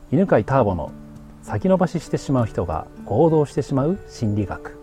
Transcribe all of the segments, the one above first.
犬飼ターボの先延ばししてしまう人が行動してしまう心理学。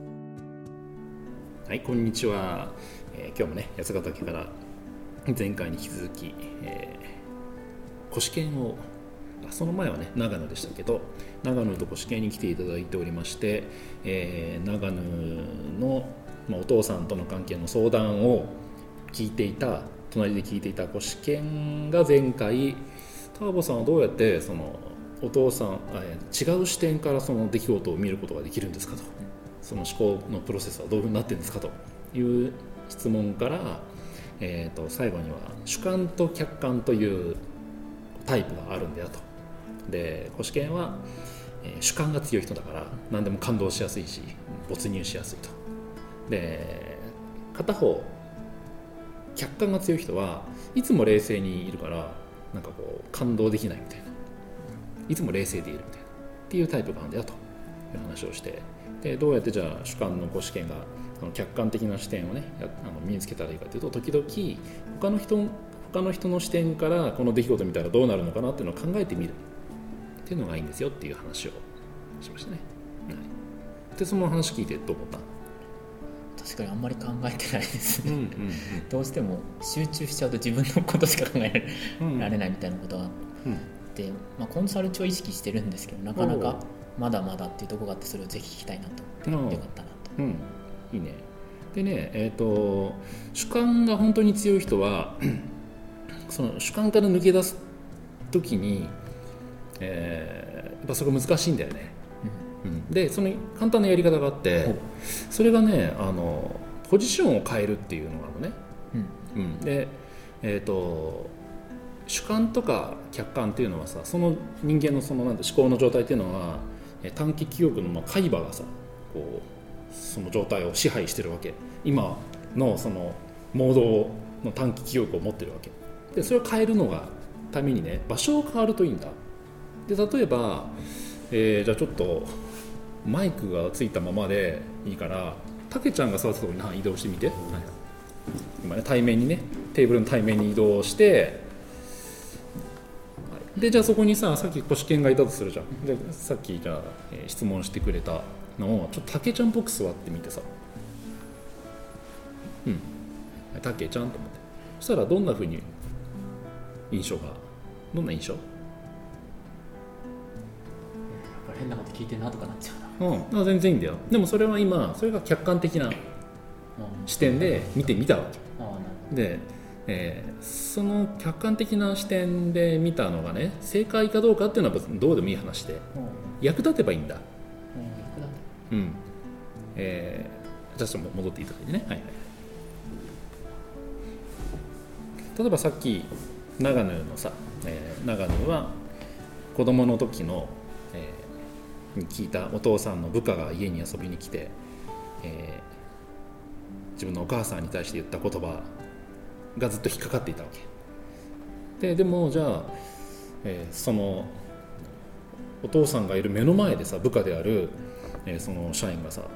はい、こんにちは。今日もね、八ヶ岳から前回に引き続き、越見を、その前はね長野でしたけど、長野と越見に来ていただいておりまして、長野の、お父さんとの関係の相談を隣で聞いていた越見が前回、ターボさんはどうやってそのお父さん、違う視点からその出来事を見ることができるんですかと、その思考のプロセスはどういうふうになってるんですかという質問から、最後には主観と客観というタイプがあるんだよと。で、越見は、主観が強い人だから何でも感動しやすいし没入しやすいと。で、片方客観が強い人はいつも冷静にいるからなんかこう感動できないみたいな、いつも冷静でいるみたいなっていうタイプがあるんだよという話をして、でどうやってじゃあ主観の越見が客観的な視点をね身につけたらいいかというと、時々他の人の視点からこの出来事見たらどうなるのかなっていうのを考えてみるっていうのがいいんですよっていう話をしましたね。はい、でその話聞いてどう思った？ 確かにあんまり考えてないですね。どうしても集中しちゃうと自分のことしか考えられないみたいなことがあって、コンサル中は意識してるんですけど、なかなかまだまだっていうところがあって、それをぜひ聞きたいなと思ってよかったなと。 いいね。でね、主観が本当に強い人はその主観から抜け出すときに、やっぱそれが難しいんだよね。でその簡単なやり方があって、それがねポジションを変えるっていうのがあるのね。で、主観とか客観っていうのはさ、その人間のその思考の状態っていうのは短期記憶の海馬がさこうその状態を支配してるわけ。今のそのモードの短期記憶を持ってるわけで、それを変えるのがためにね、場所を変わるといいんだ。で例えば、じゃあちょっとマイクがついたままでいいからたけちゃんが座ったところに移動してみて、今ね対面にね、テーブルの対面に移動して、でじゃあそこにさっき越見がいたとするじゃん。でさっきじゃあ、質問してくれたのをちょっとたけちゃんっぽく座ってみてさ、たけちゃんと思って、そしたらどんな印象変なこと聞いてるなとかなっちゃうな。全然いいんだよ。でもそれは今それが客観的な視点で見てみたわけで、その客観的な視点で見たのがね、正解かどうかっていうのはどうでもいい話で、役立てばいいんだ。じゃあちょっと戻っていただいてね。例えばさっき長野のさ、長野は子供の時の、に聞いたお父さんの部下が家に遊びに来て、自分のお母さんに対して言った言葉がずっと引っかかっていたわけでもじゃあ、そのお父さんがいる目の前でさ、部下である、その社員がさ、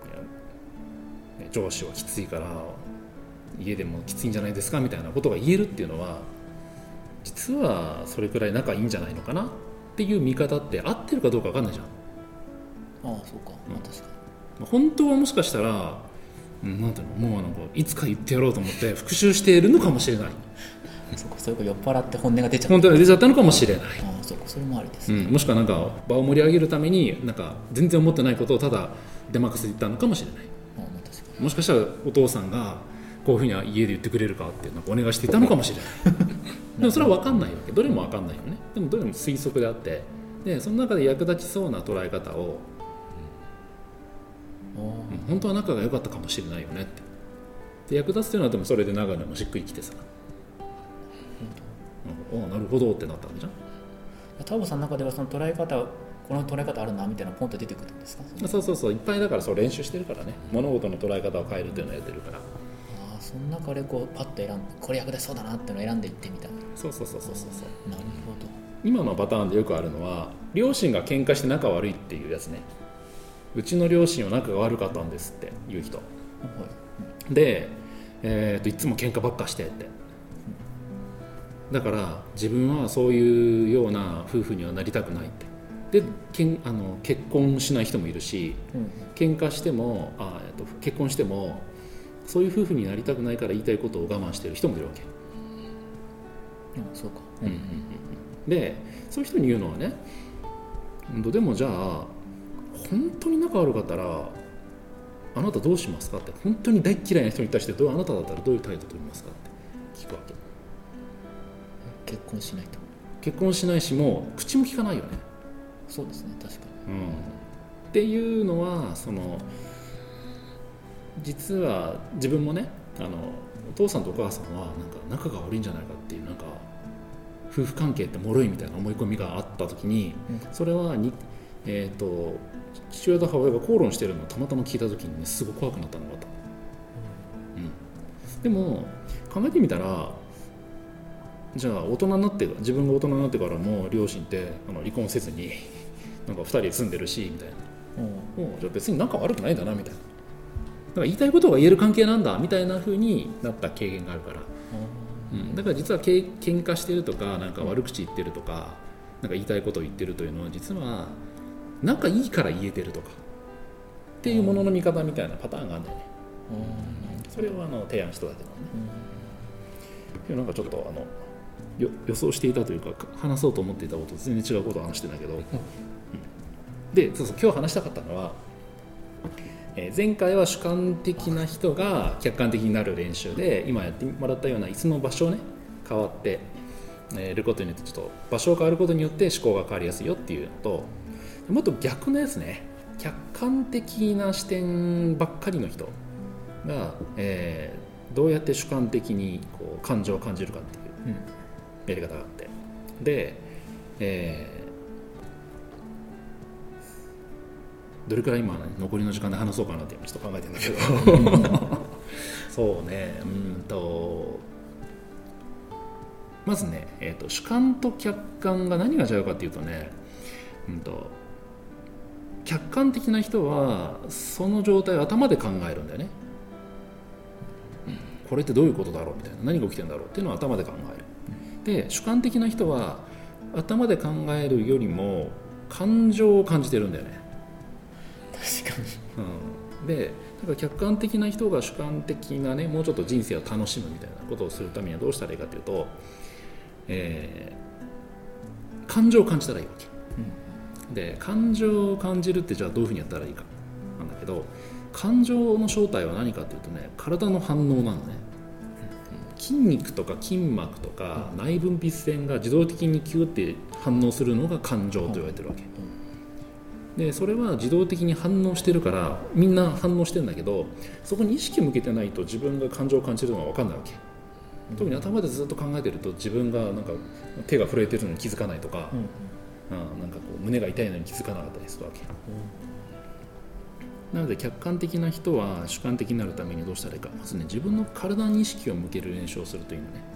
上司はきついから家でもきついんじゃないですかみたいなことが言えるっていうのは、実はそれくらい仲いいんじゃないのかなっていう見方って合ってるかどうか分かんないじゃん。 そうか、確かに本当はもしかしたらなんていうの、もういつか言ってやろうと思って復習しているのかもしれない。 そうか、それか酔っ払って本音が出ちゃった。 本当に出ちゃったのかもしれない。 そうか、それもありですね。 もしくはなんか場を盛り上げるためになんか全然思ってないことをただ出まかせていったのかもしれない。 確かに。 もしかしたらお父さんがこういうふうに家で言ってくれるかってなんかお願いしていたのかもしれないでもそれは分かんないわけ。どれも分かんないよね。でもどれも推測であって、でその中で役立ちそうな捉え方を、本当は仲が良かったかもしれないよねって。で役立つというのはでもそれで長野もしっくりきてさ、なるほどってなったんじゃん。 ターボさんの中ではその捉え方、この捉え方あるなみたいなポンと出てくるんですか？ そういっぱいだから練習してるからね、物事の捉え方を変えるっていうのをやってるから。 その中でこうパッと選んで、これ役立ちそうだなっていうのを選んでいってみたいな。 そうなるほど。 今のパターンでよくあるのは、両親が喧嘩して仲悪いっていうやつね。うちの両親は仲が悪かったんですっていう人、で、いつも喧嘩ばっかしてって、 だから自分はそういうような夫婦にはなりたくないって。で結婚しない人もいるし、喧嘩しても結婚してもそういう夫婦になりたくないから言いたいことを我慢している人もいるわけ。 そうか。 でそういう人に言うのはね、でもじゃあ本当に仲悪かったらあなたどうしますかって。本当に大嫌いな人に対してあなただったらどういう態度を取りますかって聞くわけ。 結婚しないと。 結婚しないし、もう口も聞かないよね。 そうですね、確かに。 っていうのは実は自分もね、お父さんとお母さんはなんか仲が悪いんじゃないかっていう、なんか夫婦関係って脆いみたいな思い込みがあった時に、それは父親と母親が口論してるのをたまたま聞いた時にね、すごく怖くなったのがあった、でも考えてみたら、じゃあ大人になって自分が大人になってからも両親って離婚せずになんか2人で住んでるしみたいな、じゃあ別に仲悪くないんだなみたいな、だから言いたいことが言える関係なんだみたいな風になった経験があるから、だから実は喧嘩してるとか、なんか悪口言ってるとか、なんか言いたいことを言ってるというのは実は仲いいから言えてるとかっていうものの見方みたいなパターンがあるんだよね。それを提案しただけなのね。なんかちょっと予想していたというか、話そうと思っていたことと全然違うことを話してんだけど、でそう今日話したかったのは、前回は主観的な人が客観的になる練習で、今やってもらったような椅子の場所をね変わってることによって、ちょっと場所を変わることによって思考が変わりやすいよっていうのと、もっと逆のやつね、客観的な視点ばっかりの人が、どうやって主観的にこう感情を感じるかっていうやり方があって、で、どれくらい今、残りの時間で話そうかなってちょっと考えてるんだけどそうね、まずね、主観と客観が何が違うかっていうとね、客観的な人はその状態を頭で考えるんだよね、これってどういうことだろうみたいな、何が起きてるんだろうっていうのを頭で考える。で主観的な人は頭で考えるよりも感情を感じてるんだよね。 確かに、 でだから客観的な人が主観的なね、もうちょっと人生を楽しむみたいなことをするためにはどうしたらいいかというと、感情を感じたらいいわけ、で感情を感じるってじゃあどういうふうにやったらいいかなんだけど、感情の正体は何かというとね、体の反応なのね。筋肉とか筋膜とか内分泌腺が自動的にキューって反応するのが感情と言われてるわけで、それは自動的に反応してるからみんな反応してるんだけど、そこに意識向けてないと自分が感情を感じるのは分かんないわけ。特に頭でずっと考えてると、自分がなんか手が震えてるのに気づかないとか、なんかこう胸が痛いのに気づかなかったりするわけ、なので客観的な人は主観的になるためにどうしたらいいか、まずね、自分の体に意識を向ける練習をするというのね、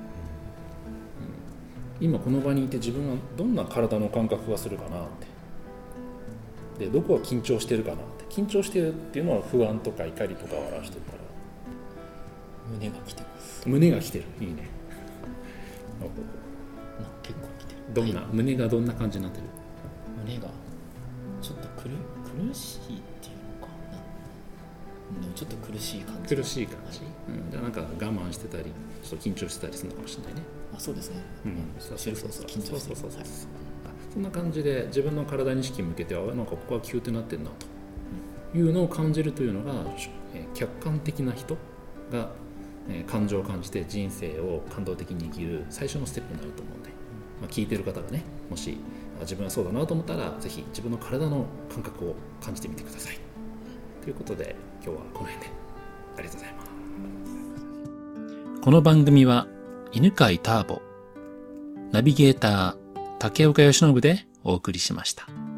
今この場にいて自分はどんな体の感覚がするかなって、でどこが緊張してるかなって、緊張してるっていうのは不安とか怒りとかを表してるから、 胸が来てます。 胸が来てる、いいね結構来てる。 どんな、胸がどんな感じになってる？ 胸がちょっと苦しいっていうのかな、ちょっと苦しい感じ。 苦しい感じ、じゃあなんか我慢してたりちょっと緊張してたりするのかもしれないね。 そうですね、 そう緊張してる。 そんな感じで自分の体に意識向けて、なんかここはキューってなってるなというのを感じるというのが、客観的な人が感情を感じて人生を感動的に生きる最初のステップになると思うので、聞いている方がね、もし自分はそうだなと思ったら、ぜひ自分の体の感覚を感じてみてください。ということで今日はこの辺でありがとうございます。 この番組は犬飼ターボ、ナビゲーター竹岡由伸でお送りしました。